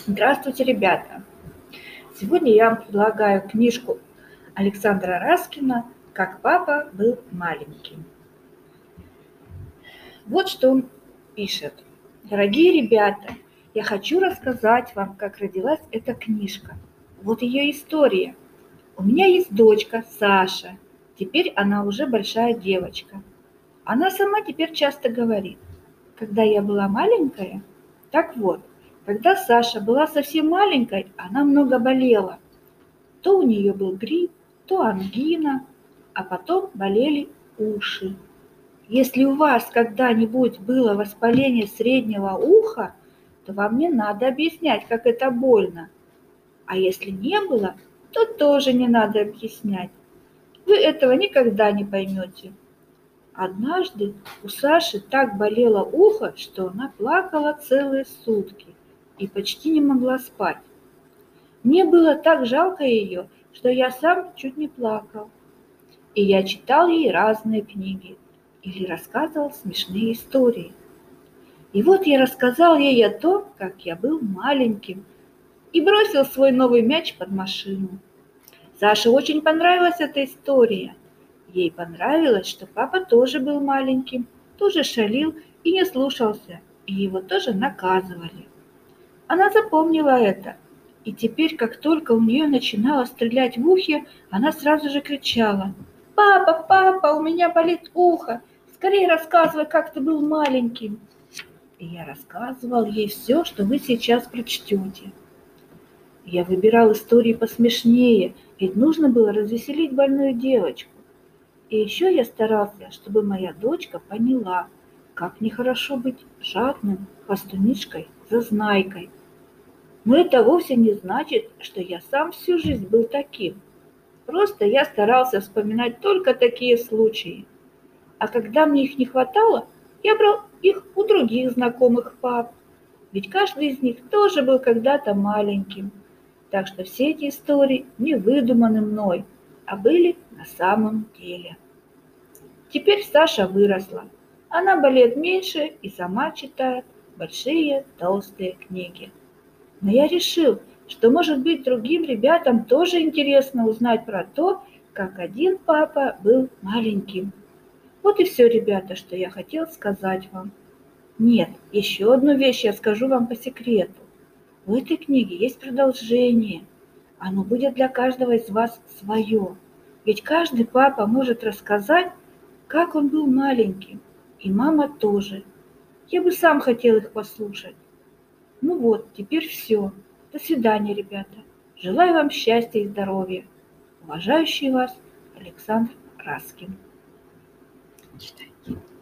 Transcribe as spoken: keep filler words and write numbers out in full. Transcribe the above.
Здравствуйте, ребята! Сегодня я вам предлагаю книжку Александра Раскина «Как папа был маленьким». Вот что он пишет. Дорогие ребята, я хочу рассказать вам, как родилась эта книжка. Вот ее история. У меня есть дочка Саша. Теперь она уже большая девочка. Она сама теперь часто говорит: когда я была маленькая. Так вот, когда Саша была совсем маленькой, она много болела. То у нее был грипп, то ангина, а потом болели уши. Если у вас когда-нибудь было воспаление среднего уха, то вам не надо объяснять, как это больно. А если не было, то тоже не надо объяснять. Вы этого никогда не поймете. Однажды у Саши так болело ухо, что она плакала целые сутки и почти не могла спать. Мне было так жалко ее, что я сам чуть не плакал. И я читал ей разные книги или рассказывал смешные истории. И вот я рассказал ей о том, как я был маленьким, и бросил свой новый мяч под машину. Саше очень понравилась эта история. Ей понравилось, что папа тоже был маленьким, тоже шалил и не слушался, и его тоже наказывали. Она запомнила это, и теперь, как только у нее начинало стрелять в ухе, она сразу же кричала: «Папа, папа, у меня болит ухо! Скорее рассказывай, как ты был маленьким!» И я рассказывал ей все, что вы сейчас прочтете. Я выбирал истории посмешнее, ведь нужно было развеселить больную девочку. И еще я старался, чтобы моя дочка поняла, как нехорошо быть жадным, хвастунишкой, зазнайкой. Но это вовсе не значит, что я сам всю жизнь был таким. Просто я старался вспоминать только такие случаи. А когда мне их не хватало, я брал их у других знакомых пап. Ведь каждый из них тоже был когда-то маленьким. Так что все эти истории не выдуманы мной, а были на самом деле. Теперь Саша выросла. Она болеет меньше и сама читает большие толстые книги. Но я решил, что, может быть, другим ребятам тоже интересно узнать про то, как один папа был маленьким. Вот и все, ребята, что я хотел сказать вам. Нет, еще одну вещь я скажу вам по секрету. В этой книге есть продолжение. Оно будет для каждого из вас свое. Ведь каждый папа может рассказать, как он был маленьким, и мама тоже. Я бы сам хотел их послушать. Ну вот, теперь все. До свидания, ребята. Желаю вам счастья и здоровья. Уважающий вас Александр Раскин. Читай.